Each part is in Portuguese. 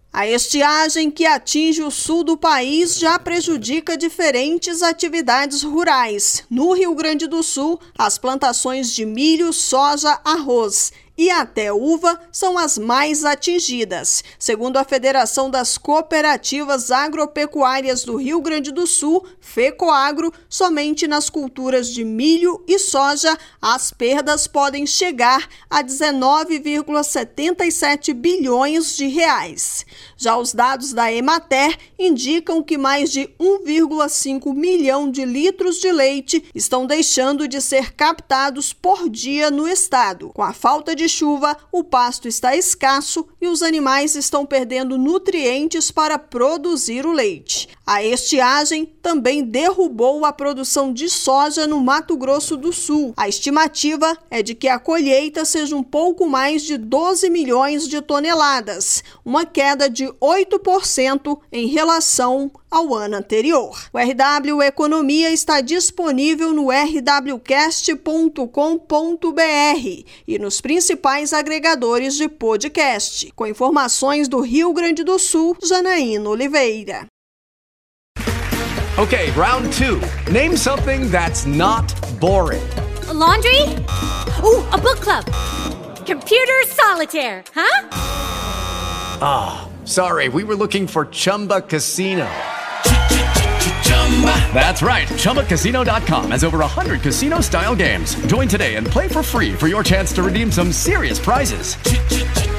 A estiagem que atinge o sul do país já prejudica diferentes atividades rurais. No Rio Grande do Sul, as plantações de milho, soja, arroz e até uva são as mais atingidas. Segundo a Federação das Cooperativas Agropecuárias do Rio Grande do Sul, FECOAGRO, somente nas culturas de milho e soja, as perdas podem chegar a 19,77 bilhões de reais. Já os dados da Emater indicam que mais de 1,5 milhão de litros de leite estão deixando de ser captados por dia no estado. Com a falta de chuva, o pasto está escasso e os animais estão perdendo nutrientes para produzir o leite. A estiagem também derrubou a produção de soja no Mato Grosso do Sul. A estimativa é de que a colheita seja um pouco mais de 12 milhões de toneladas, uma queda de 8% em relação ao ano anterior. O RW Economia está disponível no rwcast.com.br e nos principais agregadores de podcast. Com informações do Rio Grande do Sul, Janaína Oliveira. Okay, round 2. Name something that's not boring. A laundry? Ooh, a book club. Computer solitaire, huh? Ah, sorry, we were looking for Chumba Casino. That's right, ChumbaCasino.com has over 100 casino-style games. Join today and play for free for your chance to redeem some serious prizes.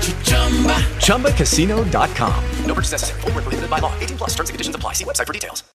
ChumbaCasino.com. No purchase necessary. Void where prohibited by law. 18+ terms and conditions apply. See website for details.